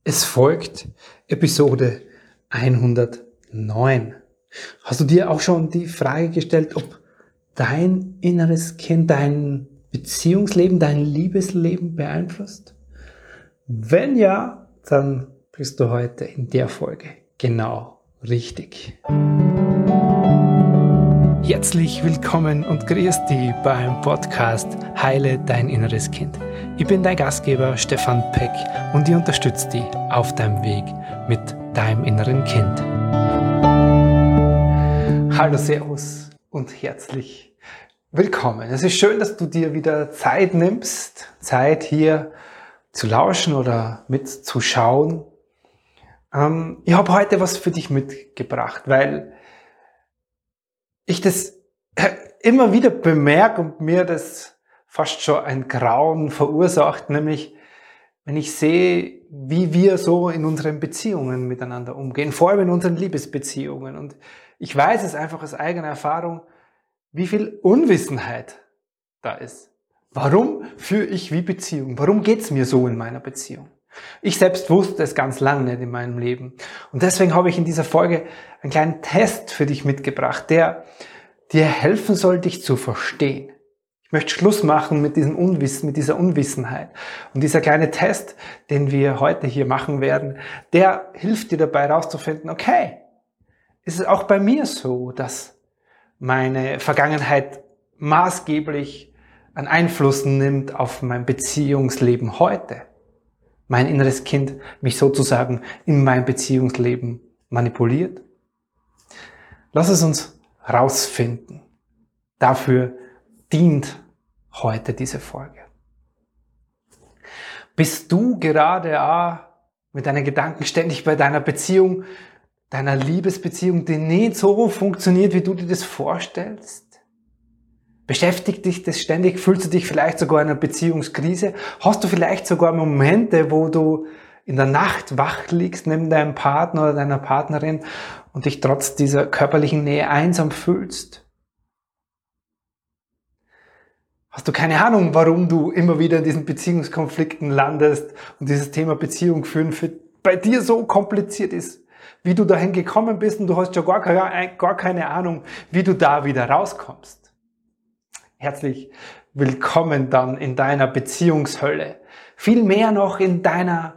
Es folgt Episode 109. Hast du dir auch schon die Frage gestellt, ob dein inneres Kind dein Beziehungsleben, dein Liebesleben beeinflusst? Wenn ja, dann bist du heute in der Folge genau richtig. Herzlich willkommen und grüß dich beim Podcast Heile dein inneres Kind. Ich bin dein Gastgeber Stefan Peck und ich unterstütze dich auf deinem Weg mit deinem inneren Kind. Hallo, Servus und herzlich willkommen. Es ist schön, dass du dir wieder Zeit nimmst, Zeit hier zu lauschen oder mitzuschauen. Ich habe heute was für dich mitgebracht, weil ich das immer wieder bemerke und mir das fast schon ein Grauen verursacht, nämlich wenn ich sehe, wie wir so in unseren Beziehungen miteinander umgehen, vor allem in unseren Liebesbeziehungen. Und ich weiß es einfach aus eigener Erfahrung, wie viel Unwissenheit da ist. Warum führe ich wie Beziehung? Warum geht's mir so in meiner Beziehung? Ich selbst wusste es ganz lange nicht in meinem Leben. Und deswegen habe ich in dieser Folge einen kleinen Test für dich mitgebracht, der dir helfen soll, dich zu verstehen. Ich möchte Schluss machen mit diesem Unwissen, mit dieser Unwissenheit. Und dieser kleine Test, den wir heute hier machen werden, der hilft dir dabei herauszufinden, okay, ist es auch bei mir so, dass meine Vergangenheit maßgeblich einen Einfluss nimmt auf mein Beziehungsleben heute? Mein inneres Kind mich sozusagen in mein Beziehungsleben manipuliert? Lass es uns rausfinden. Dafür dient heute diese Folge. Bist du gerade mit deinen Gedanken ständig bei deiner Beziehung, deiner Liebesbeziehung, die nicht so funktioniert, wie du dir das vorstellst? Beschäftigt dich das ständig? Fühlst du dich vielleicht sogar in einer Beziehungskrise? Hast du vielleicht sogar Momente, wo du in der Nacht wach liegst neben deinem Partner oder deiner Partnerin und dich trotz dieser körperlichen Nähe einsam fühlst? Hast du keine Ahnung, warum du immer wieder in diesen Beziehungskonflikten landest und dieses Thema Beziehung führen bei dir so kompliziert ist, wie du dahin gekommen bist und du hast schon gar keine Ahnung, wie du da wieder rauskommst? Herzlich willkommen dann in deiner Beziehungshölle. Viel mehr noch in deiner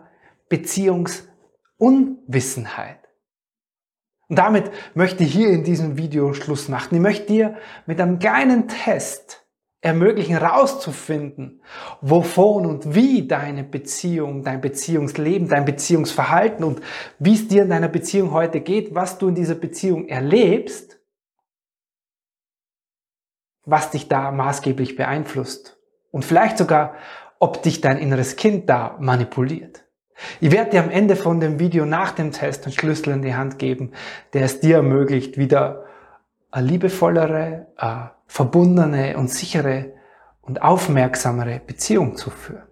Beziehungsunwissenheit. Und damit möchte ich hier in diesem Video Schluss machen. Ich möchte dir mit einem kleinen Test ermöglichen, herauszufinden, wovon und wie deine Beziehung, dein Beziehungsleben, dein Beziehungsverhalten und wie es dir in deiner Beziehung heute geht, was du in dieser Beziehung erlebst, was dich da maßgeblich beeinflusst und vielleicht sogar, ob dich dein inneres Kind da manipuliert. Ich werde dir am Ende von dem Video nach dem Test einen Schlüssel in die Hand geben, der es dir ermöglicht, wieder eine liebevollere, verbundene und sichere und aufmerksamere Beziehung zu führen.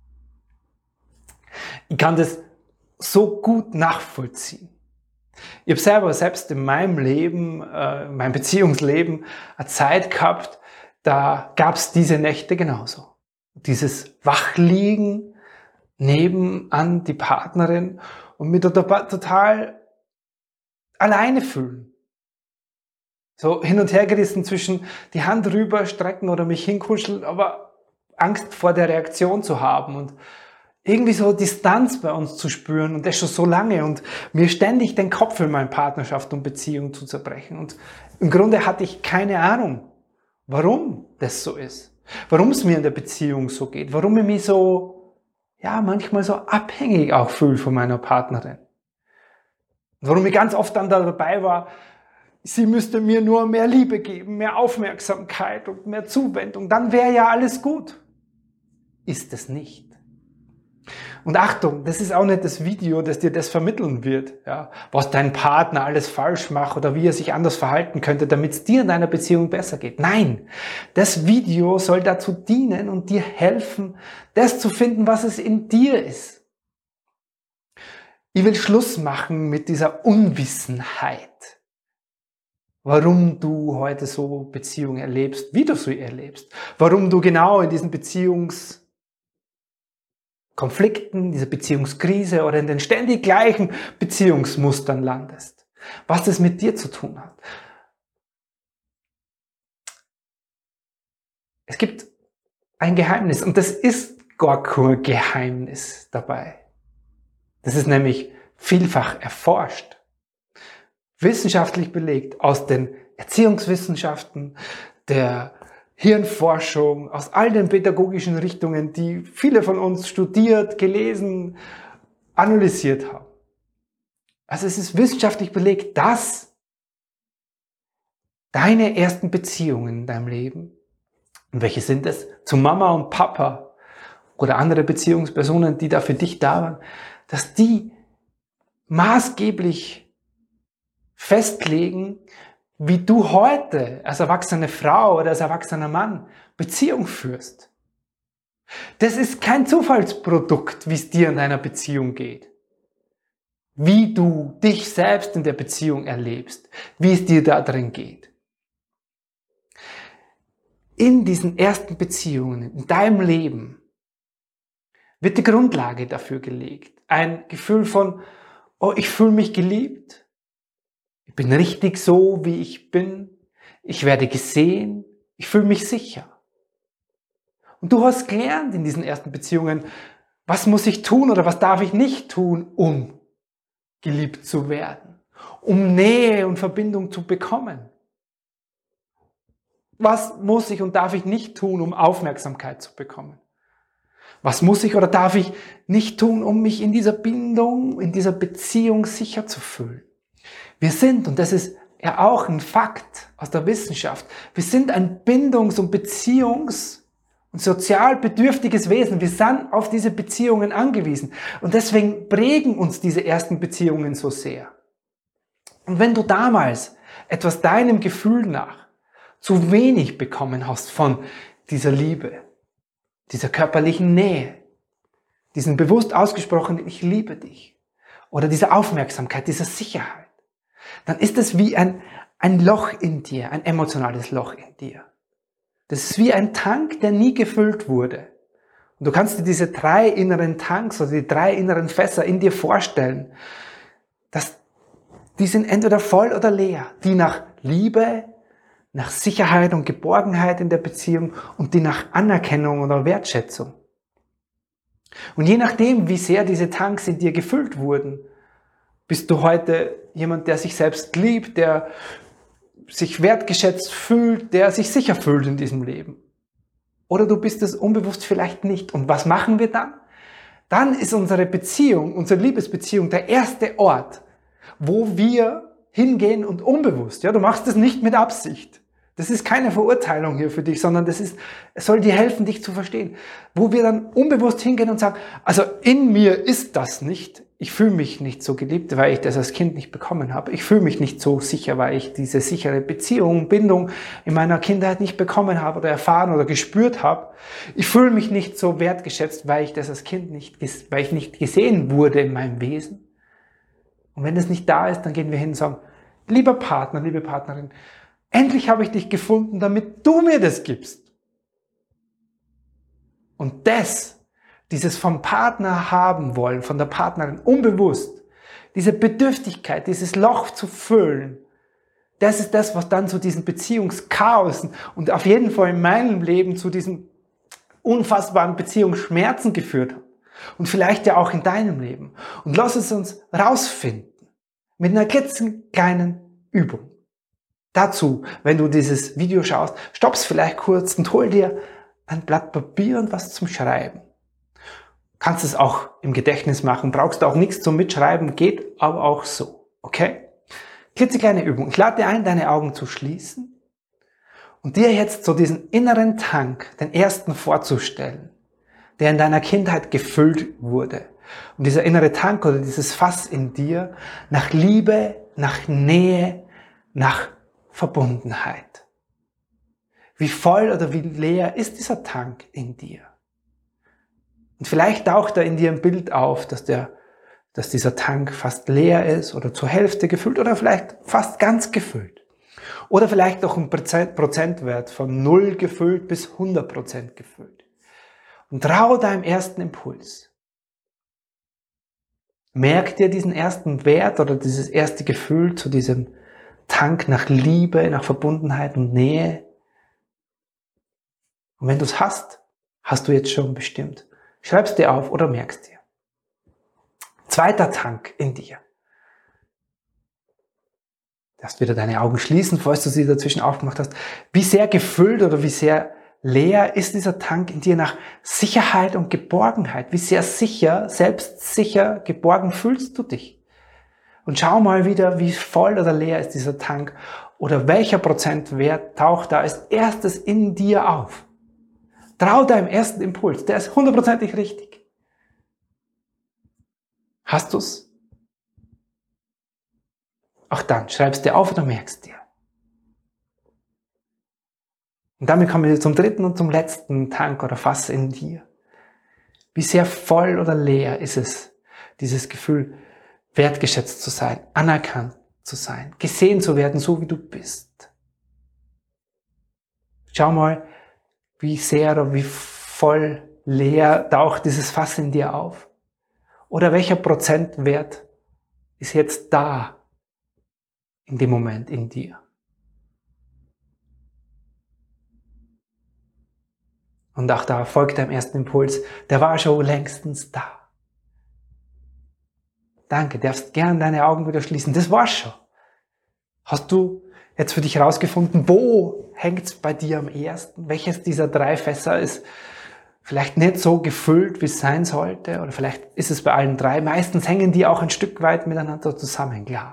Ich kann das so gut nachvollziehen. Ich habe selbst in meinem Leben, in meinem Beziehungsleben, eine Zeit gehabt, da gab es diese Nächte genauso. Dieses Wachliegen nebenan die Partnerin und mich total alleine fühlen. So hin und her gerissen zwischen die Hand rüberstrecken oder mich hinkuscheln, aber Angst vor der Reaktion zu haben und irgendwie so Distanz bei uns zu spüren und das schon so lange und mir ständig den Kopf in meine Partnerschaft und Beziehung zu zerbrechen. Und im Grunde hatte ich keine Ahnung, warum das so ist. Warum es mir in der Beziehung so geht. Warum ich mich so, manchmal so abhängig auch fühle von meiner Partnerin. Und warum ich ganz oft dann dabei war, sie müsste mir nur mehr Liebe geben, mehr Aufmerksamkeit und mehr Zuwendung. Dann wäre ja alles gut. Ist es nicht. Und Achtung, das ist auch nicht das Video, das dir das vermitteln wird, was dein Partner alles falsch macht oder wie er sich anders verhalten könnte, damit es dir in deiner Beziehung besser geht. Nein, das Video soll dazu dienen und dir helfen, das zu finden, was es in dir ist. Ich will Schluss machen mit dieser Unwissenheit, warum du heute so Beziehungen erlebst, wie du sie erlebst, warum du genau in diesen Beziehungskonflikten Konflikten, dieser Beziehungskrise oder in den ständig gleichen Beziehungsmustern landest. Was das mit dir zu tun hat. Es gibt ein Geheimnis und das ist gar kein Geheimnis dabei. Das ist nämlich vielfach erforscht, wissenschaftlich belegt aus den Erziehungswissenschaften, der Hirnforschung, aus all den pädagogischen Richtungen, die viele von uns studiert, gelesen, analysiert haben. Also es ist wissenschaftlich belegt, dass deine ersten Beziehungen in deinem Leben, und welche sind es? Zu Mama und Papa oder andere Beziehungspersonen, die da für dich da waren, dass die maßgeblich festlegen, wie du heute als erwachsene Frau oder als erwachsener Mann Beziehung führst. Das ist kein Zufallsprodukt, wie es dir in deiner Beziehung geht. Wie du dich selbst in der Beziehung erlebst, wie es dir da drin geht. In diesen ersten Beziehungen, in deinem Leben, wird die Grundlage dafür gelegt. Ein Gefühl von, oh, ich fühle mich geliebt, ich bin richtig so, wie ich bin, ich werde gesehen, ich fühle mich sicher. Und du hast gelernt in diesen ersten Beziehungen, was muss ich tun oder was darf ich nicht tun, um geliebt zu werden, um Nähe und Verbindung zu bekommen. Was muss ich und darf ich nicht tun, um Aufmerksamkeit zu bekommen? Was muss ich oder darf ich nicht tun, um mich in dieser Bindung, in dieser Beziehung sicher zu fühlen? Wir sind, und das ist ja auch ein Fakt aus der Wissenschaft, wir sind ein bindungs- und beziehungs- und sozial bedürftiges Wesen. Wir sind auf diese Beziehungen angewiesen. Und deswegen prägen uns diese ersten Beziehungen so sehr. Und wenn du damals etwas deinem Gefühl nach zu wenig bekommen hast von dieser Liebe, dieser körperlichen Nähe, diesen bewusst ausgesprochenen Ich liebe dich oder dieser Aufmerksamkeit, dieser Sicherheit, dann ist es wie ein Loch in dir, ein emotionales Loch in dir. Das ist wie ein Tank, der nie gefüllt wurde. Und du kannst dir diese 3 inneren Tanks oder die 3 inneren Fässer in dir vorstellen, dass die sind entweder voll oder leer, die nach Liebe, nach Sicherheit und Geborgenheit in der Beziehung und die nach Anerkennung oder Wertschätzung. Und je nachdem, wie sehr diese Tanks in dir gefüllt wurden, bist du heute jemand, der sich selbst liebt, der sich wertgeschätzt fühlt, der sich sicher fühlt in diesem Leben. Oder du bist es unbewusst vielleicht nicht. Und was machen wir dann? Dann ist unsere Beziehung, unsere Liebesbeziehung der erste Ort, wo wir hingehen und unbewusst. Ja, du machst es nicht mit Absicht. Das ist keine Verurteilung hier für dich, sondern es soll dir helfen, dich zu verstehen. Wo wir dann unbewusst hingehen und sagen, also in mir ist das nicht. Ich fühle mich nicht so geliebt, weil ich das als Kind nicht bekommen habe. Ich fühle mich nicht so sicher, weil ich diese sichere Beziehung, Bindung in meiner Kindheit nicht bekommen habe oder erfahren oder gespürt habe. Ich fühle mich nicht so wertgeschätzt, weil ich das als Kind weil ich nicht gesehen wurde in meinem Wesen. Und wenn das nicht da ist, dann gehen wir hin und sagen, lieber Partner, liebe Partnerin, endlich habe ich dich gefunden, damit du mir das gibst. Und dieses vom Partner haben wollen, von der Partnerin, unbewusst, diese Bedürftigkeit, dieses Loch zu füllen, das ist das, was dann zu diesen Beziehungschaos und auf jeden Fall in meinem Leben zu diesen unfassbaren Beziehungsschmerzen geführt hat. Und vielleicht ja auch in deinem Leben. Und lass es uns rausfinden. Mit einer klitzekleinen Übung. Dazu, wenn du dieses Video schaust, stopp's vielleicht kurz und hol dir ein Blatt Papier und was zum Schreiben. Kannst es auch im Gedächtnis machen, brauchst auch nichts zum Mitschreiben, geht aber auch so, okay? Klitzekleine Übung. Ich lade dir ein, deine Augen zu schließen und dir jetzt so diesen inneren Tank, den ersten vorzustellen, der in deiner Kindheit gefüllt wurde. Und dieser innere Tank oder dieses Fass in dir nach Liebe, nach Nähe, nach Verbundenheit. Wie voll oder wie leer ist dieser Tank in dir? Und vielleicht taucht da in dir ein Bild auf, dass dieser Tank fast leer ist oder zur Hälfte gefüllt oder vielleicht fast ganz gefüllt. Oder vielleicht auch ein Prozentwert von 0 gefüllt bis 100% gefüllt. Und trau deinem ersten Impuls. Merk dir diesen ersten Wert oder dieses erste Gefühl zu diesem Tank nach Liebe, nach Verbundenheit und Nähe. Und wenn du es hast, hast du jetzt schon bestimmt. Schreib's dir auf oder merkst dir. Zweiter Tank in dir. Du darfst wieder deine Augen schließen, falls du sie dazwischen aufgemacht hast. Wie sehr gefüllt oder wie sehr leer ist dieser Tank in dir nach Sicherheit und Geborgenheit? Wie sehr sicher, selbstsicher, geborgen fühlst du dich? Und schau mal wieder, wie voll oder leer ist dieser Tank oder welcher Prozentwert taucht da als erstes in dir auf. Trau deinem ersten Impuls, der ist 100%ig richtig. Hast du's? Auch dann, schreibst dir auf oder merkst dir. Und damit kommen wir zum dritten und zum letzten Tank oder Fass in dir. Wie sehr voll oder leer ist es, dieses Gefühl, wertgeschätzt zu sein, anerkannt zu sein, gesehen zu werden, so wie du bist. Schau mal, wie sehr oder wie voll leer taucht dieses Fass in dir auf. Oder welcher Prozentwert ist jetzt da in dem Moment in dir. Und auch da folgt deinem ersten Impuls, der war schon längstens da. Danke, darfst gern deine Augen wieder schließen, das war's schon. Hast du jetzt für dich herausgefunden, wo hängt's bei dir am ersten? Welches dieser 3 Fässer ist vielleicht nicht so gefüllt, wie es sein sollte? Oder vielleicht ist es bei allen 3. Meistens hängen die auch ein Stück weit miteinander zusammen, klar.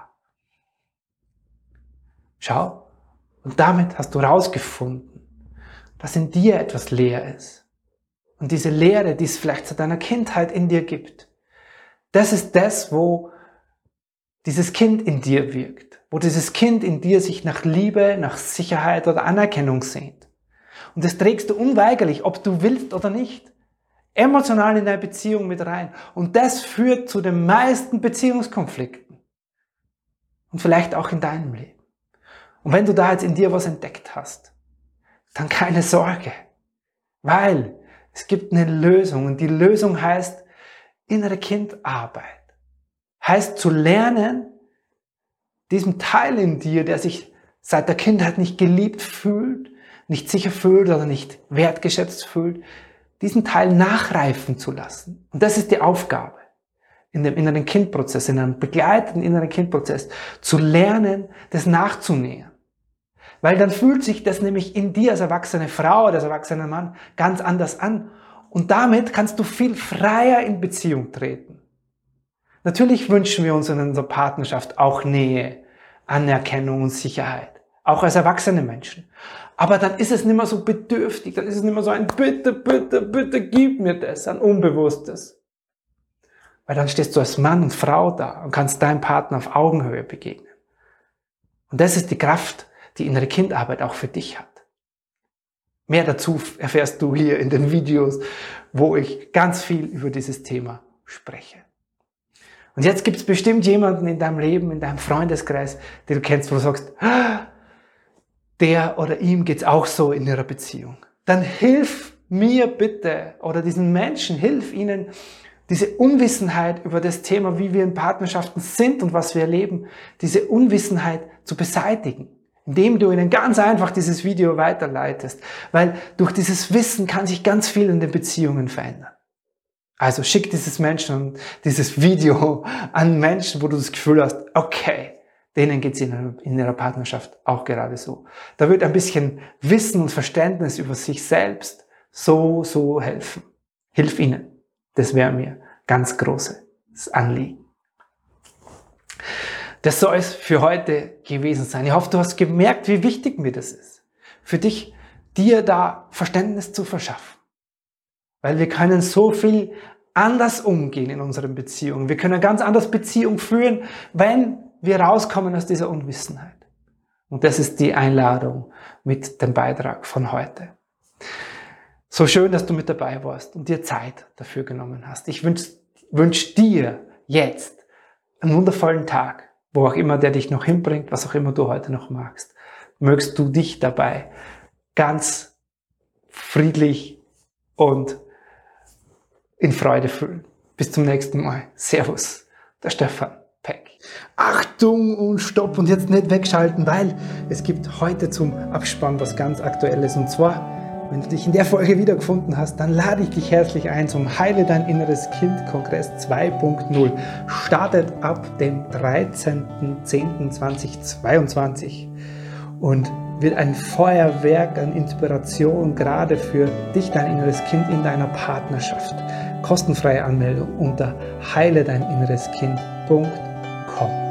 Schau, und damit hast du herausgefunden, dass in dir etwas leer ist. Und diese Leere, die es vielleicht seit deiner Kindheit in dir gibt, das ist das, wo dieses Kind in dir wirkt. Wo dieses Kind in dir sich nach Liebe, nach Sicherheit oder Anerkennung sehnt. Und das trägst du unweigerlich, ob du willst oder nicht, emotional in deine Beziehung mit rein. Und das führt zu den meisten Beziehungskonflikten. Und vielleicht auch in deinem Leben. Und wenn du da jetzt in dir was entdeckt hast, dann keine Sorge, weil es gibt eine Lösung und die Lösung heißt innere Kindarbeit. Heißt zu lernen, diesem Teil in dir, der sich seit der Kindheit nicht geliebt fühlt, nicht sicher fühlt oder nicht wertgeschätzt fühlt, diesen Teil nachreifen zu lassen. Und das ist die Aufgabe in dem inneren Kindprozess, in einem begleitenden inneren Kindprozess, zu lernen, das nachzunähern. Weil dann fühlt sich das nämlich in dir als erwachsene Frau oder als erwachsener Mann ganz anders an. Und damit kannst du viel freier in Beziehung treten. Natürlich wünschen wir uns in unserer Partnerschaft auch Nähe, Anerkennung und Sicherheit. Auch als erwachsene Menschen. Aber dann ist es nicht mehr so bedürftig, dann ist es nicht mehr so ein Bitte, bitte, bitte gib mir das, ein Unbewusstes. Weil dann stehst du als Mann und Frau da und kannst deinem Partner auf Augenhöhe begegnen. Und das ist die Kraft, die innere Kindarbeit auch für dich hat. Mehr dazu erfährst du hier in den Videos, wo ich ganz viel über dieses Thema spreche. Und jetzt gibt es bestimmt jemanden in deinem Leben, in deinem Freundeskreis, den du kennst, wo du sagst, der oder ihm geht's auch so in ihrer Beziehung. Dann hilf mir bitte oder diesen Menschen, hilf ihnen, diese Unwissenheit über das Thema, wie wir in Partnerschaften sind und was wir erleben, diese Unwissenheit zu beseitigen, indem du ihnen ganz einfach dieses Video weiterleitest, weil durch dieses Wissen kann sich ganz viel in den Beziehungen verändern. Also schick dieses Menschen, dieses Video an Menschen, wo du das Gefühl hast, okay, denen geht's in ihrer Partnerschaft auch gerade so. Da wird ein bisschen Wissen und Verständnis über sich selbst so helfen. Hilf ihnen. Das wäre mir ganz großes Anliegen. Das soll es für heute gewesen sein. Ich hoffe, du hast gemerkt, wie wichtig mir das ist. Für dich, dir da Verständnis zu verschaffen. Weil wir können so viel anders umgehen in unseren Beziehungen. Wir können ganz anders Beziehung führen, wenn wir rauskommen aus dieser Unwissenheit. Und das ist die Einladung mit dem Beitrag von heute. So schön, dass du mit dabei warst und dir Zeit dafür genommen hast. Ich wünsch dir jetzt einen wundervollen Tag, wo auch immer der dich noch hinbringt, was auch immer du heute noch magst. Mögst du dich dabei ganz friedlich und in Freude fühlen. Bis zum nächsten Mal. Servus, der Stefan Peck. Achtung und Stopp und jetzt nicht wegschalten, weil es gibt heute zum Abspann was ganz Aktuelles. Und zwar, wenn du dich in der Folge wiedergefunden hast, dann lade ich dich herzlich ein zum Heile dein inneres Kind Kongress 2.0. Startet ab dem 13.10.2022 und wird ein Feuerwerk an Inspiration gerade für dich, dein inneres Kind in deiner Partnerschaft. Kostenfreie Anmeldung unter heiledeininnereskind.com.